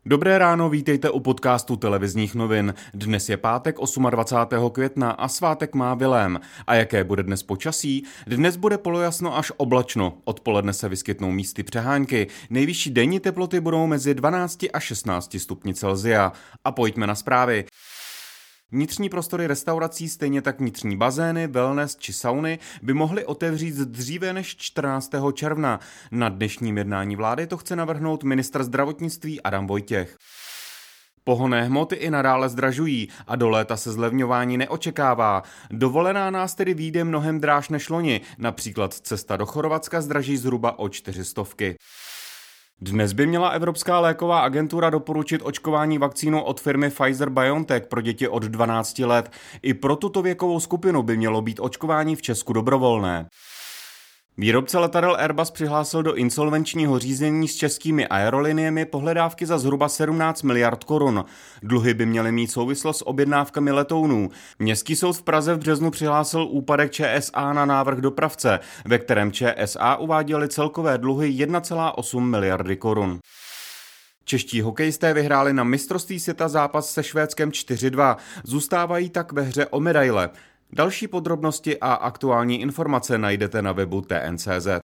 Dobré ráno, vítejte u podcastu televizních novin. Dnes je pátek 28. května a svátek má Vilém. A jaké bude dnes počasí? Dnes bude polojasno až oblačno. Odpoledne se vyskytnou místy přehánky. Nejvyšší denní teploty budou mezi 12 a 16 stupni Celsia. A pojďme na zprávy. Vnitřní prostory restaurací, stejně tak vnitřní bazény, wellness či sauny by mohly otevřít dříve než 14. června. Na dnešním jednání vlády to chce navrhnout ministr zdravotnictví Adam Vojtěch. Pohonné hmoty i nadále zdražují a do léta se zlevňování neočekává. Dovolená nás tedy vyjde mnohem dráž než loni, například cesta do Chorvatska zdraží zhruba o 400. Dnes by měla Evropská léková agentura doporučit očkování vakcínou od firmy Pfizer-BioNTech pro děti od 12 let. I pro tuto věkovou skupinu by mělo být očkování v Česku dobrovolné. Výrobce letadel Airbus přihlásil do insolvenčního řízení s českými aeroliniemi pohledávky za zhruba 17 miliard korun. Dluhy by měly mít souvislost s objednávkami letounů. Městský soud v Praze v březnu přihlásil úpadek ČSA na návrh dopravce, ve kterém ČSA uváděli celkové dluhy 1,8 miliardy korun. Čeští hokejisté vyhráli na mistrovství světa zápas se Švédskem 4-2. Zůstávají tak ve hře o medaile. Další podrobnosti a aktuální informace najdete na webu TN.cz.